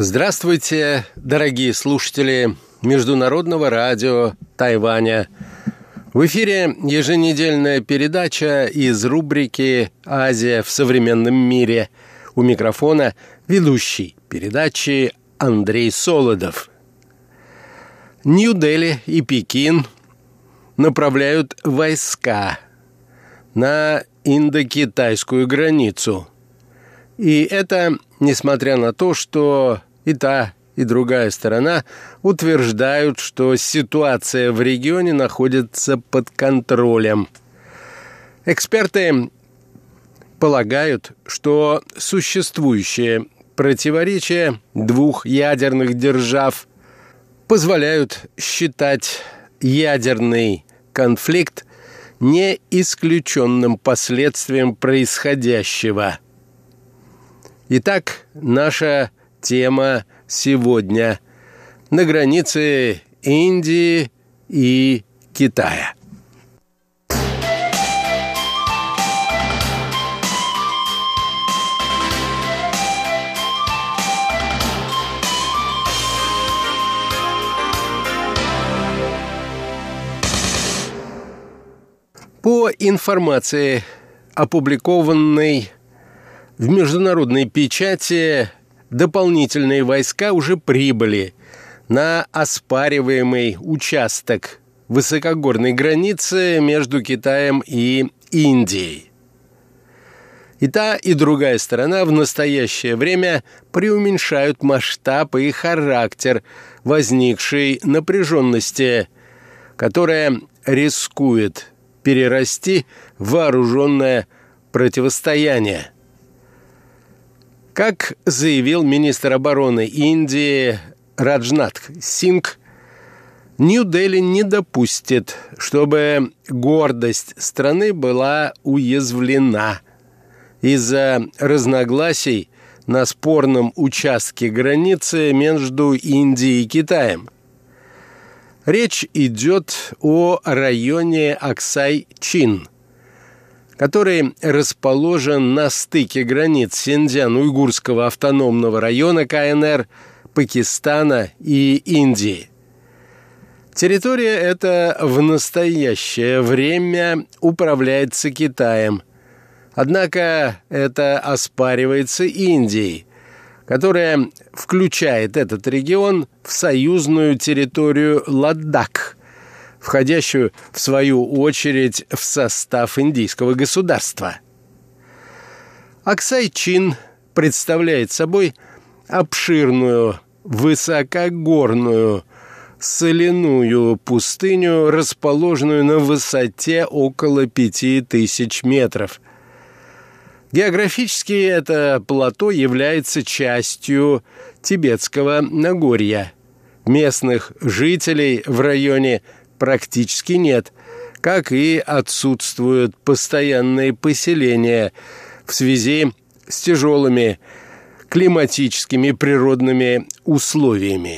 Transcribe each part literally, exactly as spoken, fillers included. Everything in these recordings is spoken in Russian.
Здравствуйте, дорогие слушатели Международного радио Тайваня. В эфире еженедельная передача из рубрики «Азия в современном мире». У микрофона ведущий передачи Андрей Солодов. Нью-Дели и Пекин направляют войска на индокитайскую границу. И это несмотря на то, что и та, и другая сторона утверждают, что ситуация в регионе находится под контролем. Эксперты полагают, что существующие противоречия двух ядерных держав позволяют считать ядерный конфликт не исключенным последствием происходящего. Итак, наша тема сегодня на границе Индии и Китая. По информации, опубликованной в международной печати, дополнительные войска уже прибыли на оспариваемый участок высокогорной границы между Китаем и Индией. И та, и другая сторона в настоящее время преуменьшают масштаб и характер возникшей напряженности, которая рискует перерасти в вооруженное противостояние. Как заявил министр обороны Индии Раджнат Сингх, Нью-Дели не допустит, чтобы гордость страны была уязвлена из-за разногласий на спорном участке границы между Индией и Китаем. Речь идет о районе Аксай-Чин, который расположен на стыке границ Синьцзян-Уйгурского автономного района ка эн эр, Пакистана и Индии. Территория эта в настоящее время управляется Китаем, однако это оспаривается Индией, которая включает этот регион в союзную территорию Ладак, входящую, в свою очередь, в состав индийского государства. Аксай-Чин представляет собой обширную, высокогорную, соляную пустыню, расположенную на высоте около пяти тысяч метров. Географически это плато является частью Тибетского Нагорья. Местных жителей в районе практически нет, как и отсутствуют постоянные поселения в связи с тяжелыми климатическими природными условиями.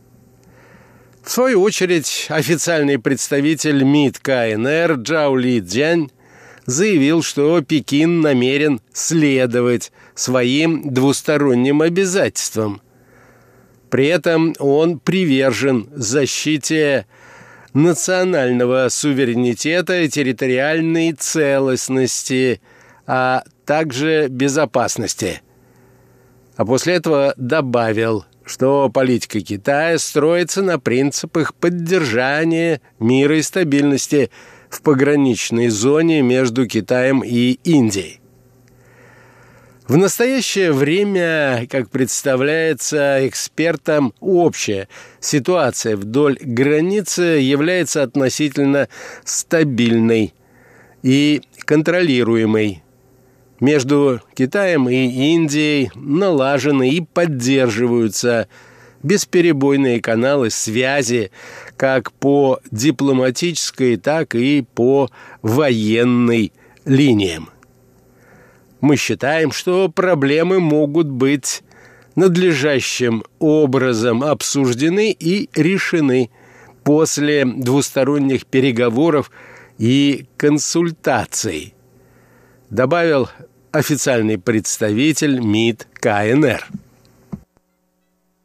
В свою очередь, официальный представитель МИД ка эн эр Джао Ли Цзянь заявил, что Пекин намерен следовать своим двусторонним обязательствам. При этом он привержен защите национального суверенитета и территориальной целостности, а также безопасности. А после этого добавил, что политика Китая строится на принципах поддержания мира и стабильности в пограничной зоне между Китаем и Индией. В настоящее время, как представляется экспертам, общая ситуация вдоль границы является относительно стабильной и контролируемой. Между Китаем и Индией налажены и поддерживаются бесперебойные каналы связи как по дипломатической, так и по военной линиям. Мы считаем, что проблемы могут быть надлежащим образом обсуждены и решены после двусторонних переговоров и консультаций, добавил официальный представитель МИД ка эн эр.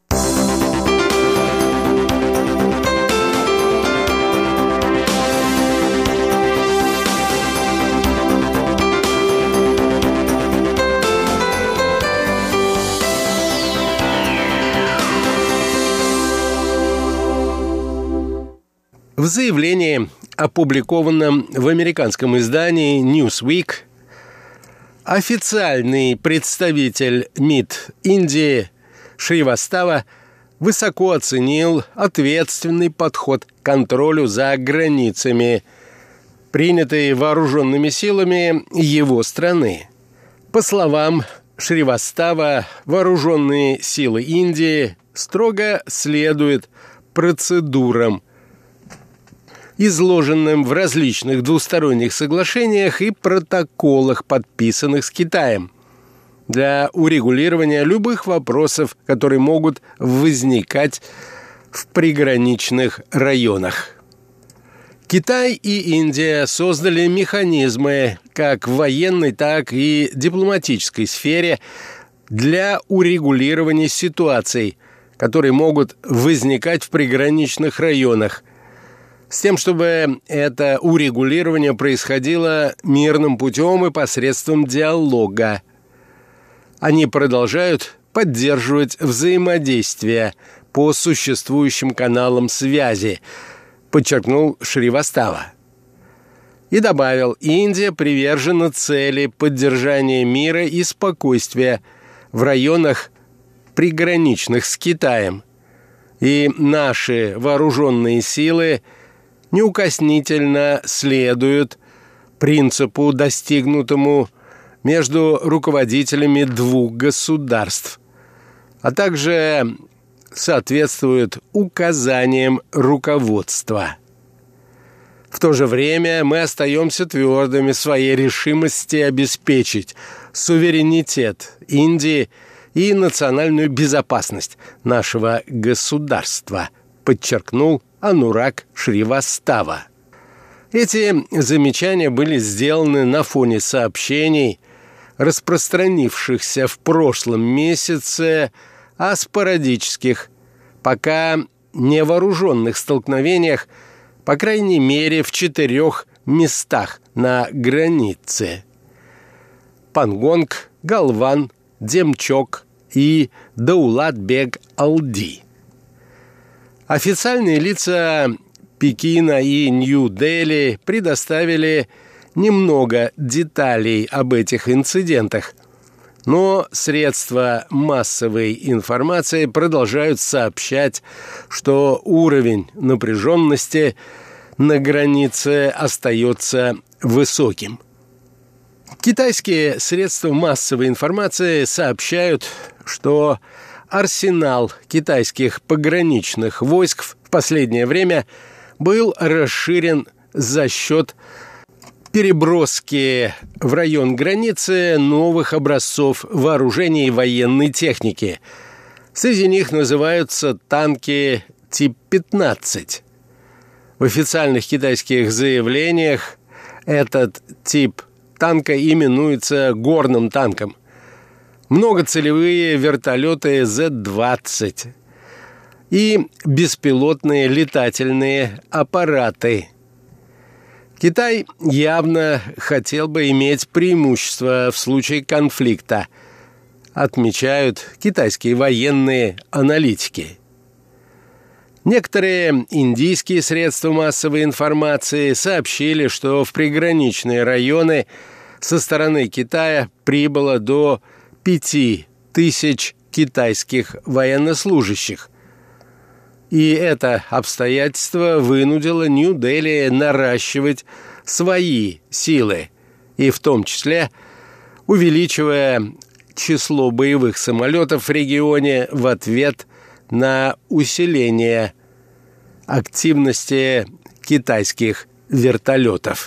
В заявлении, опубликованном в американском издании Newsweek, официальный представитель МИД Индии Шривастава высоко оценил ответственный подход к контролю за границами, принятый вооруженными силами его страны. По словам Шривастава, вооруженные силы Индии строго следуют процедурам, изложенным в различных двусторонних соглашениях и протоколах, подписанных с Китаем, для урегулирования любых вопросов, которые могут возникать в приграничных районах. Китай и Индия создали механизмы как в военной, так и дипломатической сфере для урегулирования ситуаций, которые могут возникать в приграничных районах, с тем, чтобы это урегулирование происходило мирным путем и посредством диалога. Они продолжают поддерживать взаимодействие по существующим каналам связи, подчеркнул Шривастава. И добавил, Индия привержена цели поддержания мира и спокойствия в районах, приграничных с Китаем, и наши вооруженные силы неукоснительно следуют принципу, достигнутому между руководителями двух государств, а также соответствуют указаниям руководства. В то же время мы остаемся твердыми в своей решимости обеспечить суверенитет Индии и национальную безопасность нашего государства, подчеркнул Анураг Шривастава. Эти замечания были сделаны на фоне сообщений, распространившихся в прошлом месяце о спорадических, пока невооруженных столкновениях, по крайней мере, в четырех местах на границе: Пангонг, Галван, Демчок и Даулат-бег-Алди. Официальные лица Пекина и Нью-Дели предоставили немного деталей об этих инцидентах, но средства массовой информации продолжают сообщать, что уровень напряженности на границе остается высоким. Китайские средства массовой информации сообщают, что арсенал китайских пограничных войск в последнее время был расширен за счет переброски в район границы новых образцов вооружений и военной техники. Среди них называются танки тип пятнадцать. В официальных китайских заявлениях этот тип танка именуется горным танком. Многоцелевые вертолеты зет двадцать и беспилотные летательные аппараты. Китай явно хотел бы иметь преимущество в случае конфликта, отмечают китайские военные аналитики. Некоторые индийские средства массовой информации сообщили, что в приграничные районы со стороны Китая прибыло до пяти тысяч китайских военнослужащих. И это обстоятельство вынудило Нью-Дели наращивать свои силы, и в том числе увеличивая число боевых самолетов в регионе в ответ на усиление активности китайских вертолетов.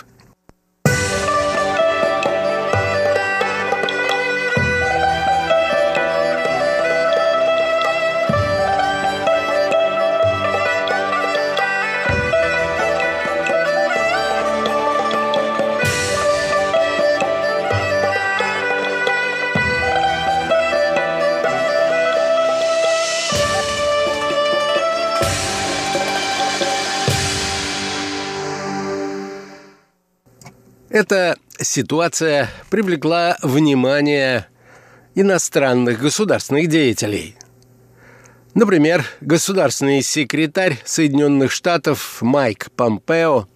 Эта ситуация привлекла внимание иностранных государственных деятелей. Например, государственный секретарь Соединенных Штатов Майк Помпео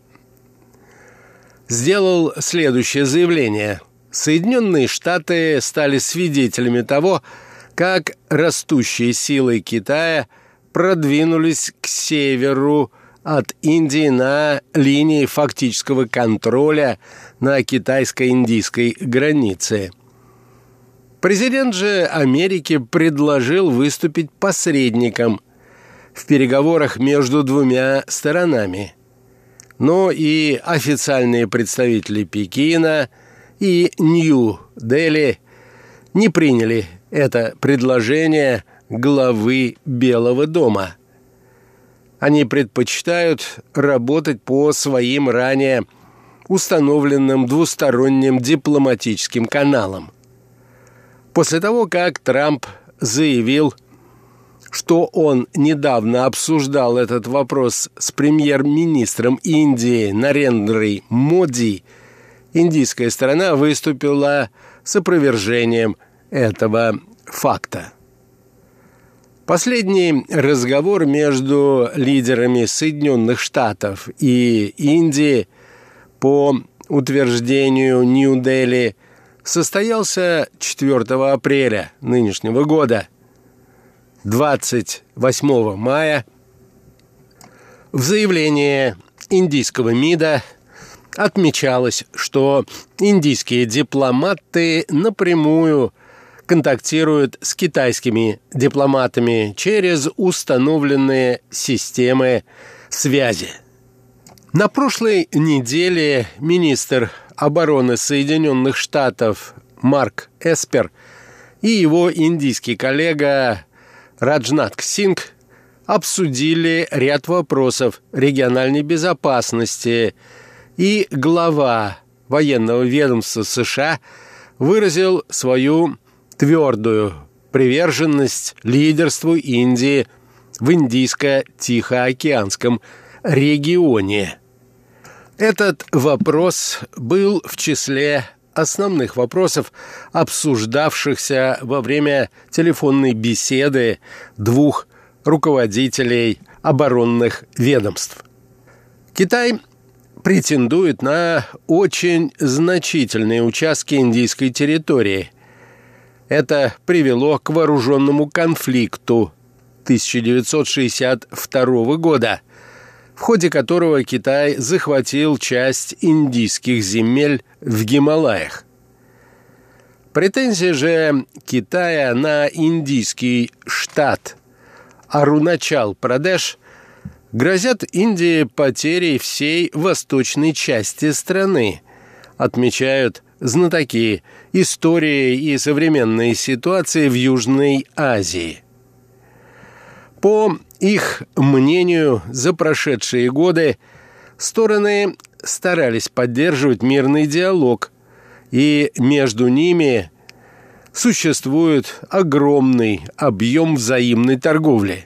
сделал следующее заявление. Соединенные Штаты стали свидетелями того, как растущие силы Китая продвинулись к северу от Индии на линии фактического контроля на китайско-индийской границе. Президент же Америки предложил выступить посредником в переговорах между двумя сторонами. Но и официальные представители Пекина и Нью-Дели не приняли это предложение главы Белого дома. Они предпочитают работать по своим ранее установленным двусторонним дипломатическим каналам. После того, как Трамп заявил, что он недавно обсуждал этот вопрос с премьер-министром Индии Нарендрой Моди, индийская сторона выступила с опровержением этого факта. Последний разговор между лидерами Соединенных Штатов и Индии по утверждению Нью-Дели состоялся четвёртого апреля нынешнего года. двадцать восьмого мая в заявлении индийского МИДа отмечалось, что индийские дипломаты напрямую контактируют с китайскими дипломатами через установленные системы связи. На прошлой неделе министр обороны Соединенных Штатов Марк Эспер и его индийский коллега Раджнат Сингх обсудили ряд вопросов региональной безопасности, и глава военного ведомства США выразил свою твердую приверженность лидерству Индии в Индийско-Тихоокеанском регионе. Этот вопрос был в числе основных вопросов, обсуждавшихся во время телефонной беседы двух руководителей оборонных ведомств. Китай претендует на очень значительные участки индийской территории. Это привело к вооруженному конфликту тысяча девятьсот шестьдесят второго года, в ходе которого Китай захватил часть индийских земель в Гималаях. Претензии же Китая на индийский штат Аруначал-Прадеш грозят Индии потерей всей восточной части страны, отмечают знатоки истории и современной ситуации в Южной Азии. По их мнению, за прошедшие годы стороны старались поддерживать мирный диалог, и между ними существует огромный объем взаимной торговли.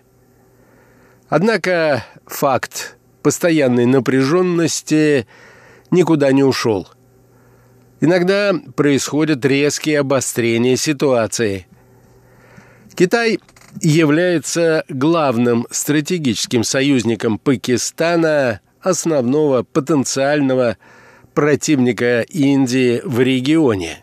Однако факт постоянной напряженности никуда не ушел. Иногда происходят резкие обострения ситуации. Китай является главным стратегическим союзником Пакистана, основного потенциального противника Индии в регионе.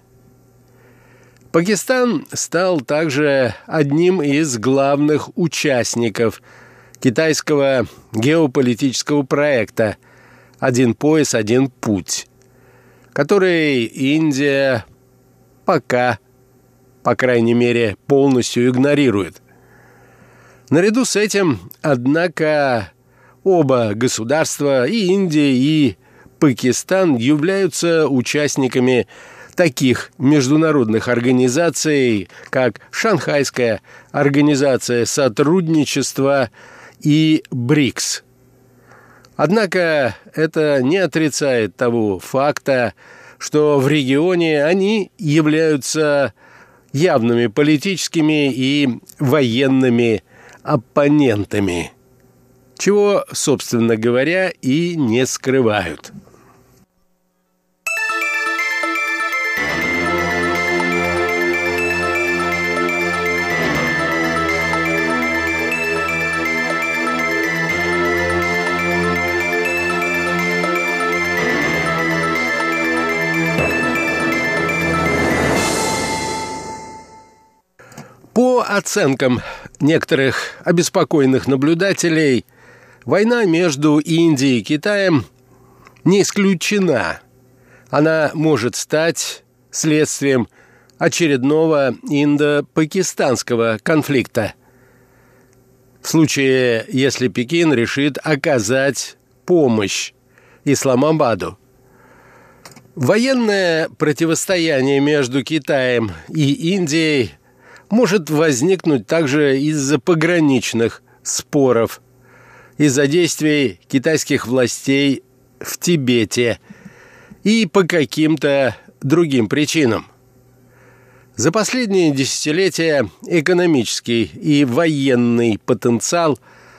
Пакистан стал также одним из главных участников китайского геополитического проекта «Один пояс, один путь», который Индия пока, по крайней мере, полностью игнорирует. Наряду с этим, однако, оба государства, и Индия, и Пакистан, являются участниками таких международных организаций, как Шанхайская организация сотрудничества и БРИКС. Однако это не отрицает того факта, что в регионе они являются явными политическими и военными оппонентами, чего, собственно говоря, и не скрывают. оценкам некоторых обеспокоенных наблюдателей, война между Индией и Китаем не исключена. Она может стать следствием очередного индо-пакистанского конфликта. В случае, если Пекин решит оказать помощь Исламабаду. Военное противостояние между Китаем и Индией может возникнуть также из-за пограничных споров, из-за действий китайских властей в Тибете и по каким-то другим причинам. За последние десятилетия экономический и военный потенциал,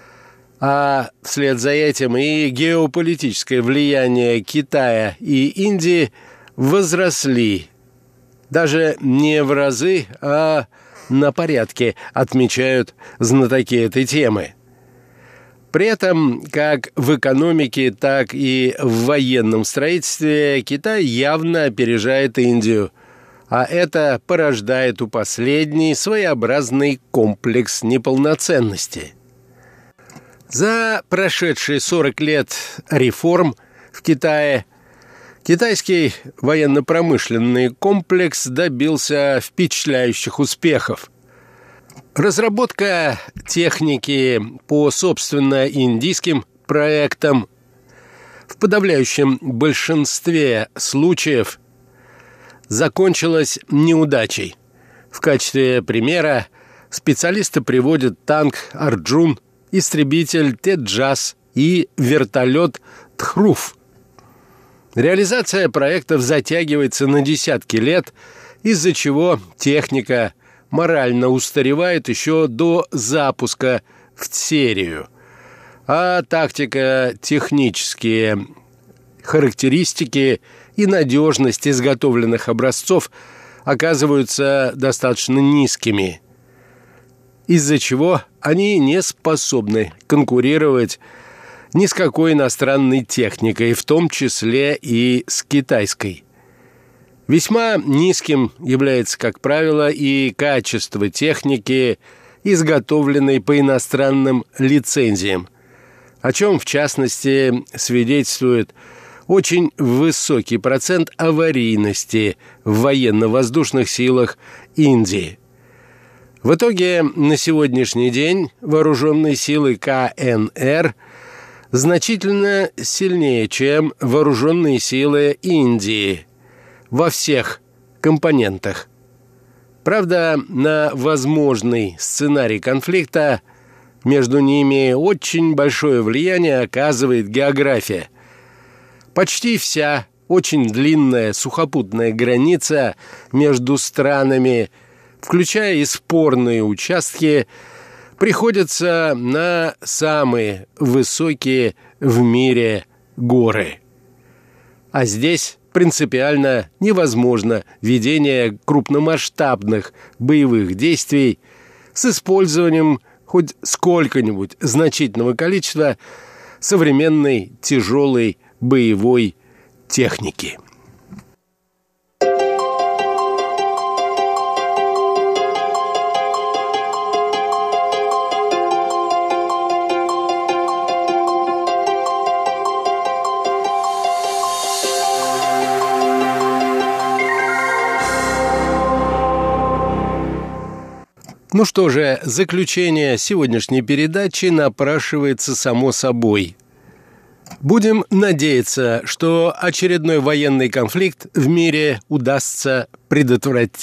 а вслед за этим и геополитическое влияние Китая и Индии возросли. Даже не в разы, а на порядке, отмечают знатоки этой темы. При этом как в экономике, так и в военном строительстве Китай явно опережает Индию, а это порождает у последней своеобразный комплекс неполноценности. За прошедшие сорок лет реформ в Китае китайский военно-промышленный комплекс добился впечатляющих успехов. Разработка техники по, собственно, индийским проектам в подавляющем большинстве случаев закончилась неудачей. В качестве примера специалисты приводят танк «Арджун», истребитель «Теджас» и вертолет «Тхрув». Реализация проектов затягивается на десятки лет, из-за чего техника морально устаревает еще до запуска в серию, а тактика, технические характеристики и надежность изготовленных образцов оказываются достаточно низкими, из-за чего они не способны конкурировать ни с какой иностранной техникой, в том числе и с китайской. Весьма низким является, как правило, и качество техники, изготовленной по иностранным лицензиям, о чем, в частности, свидетельствует очень высокий процент аварийности в военно-воздушных силах Индии. В итоге на сегодняшний день вооруженные силы КНР значительно сильнее, чем вооруженные силы Индии во всех компонентах. Правда, на возможный сценарий конфликта между ними очень большое влияние оказывает география. Почти вся очень длинная сухопутная граница между странами, включая и спорные участки, приходится на самые высокие в мире горы. А здесь принципиально невозможно ведение крупномасштабных боевых действий с использованием хоть сколько-нибудь значительного количества современной тяжелой боевой техники. Ну что же, заключение сегодняшней передачи напрашивается само собой. Будем надеяться, что очередной военный конфликт в мире удастся предотвратить.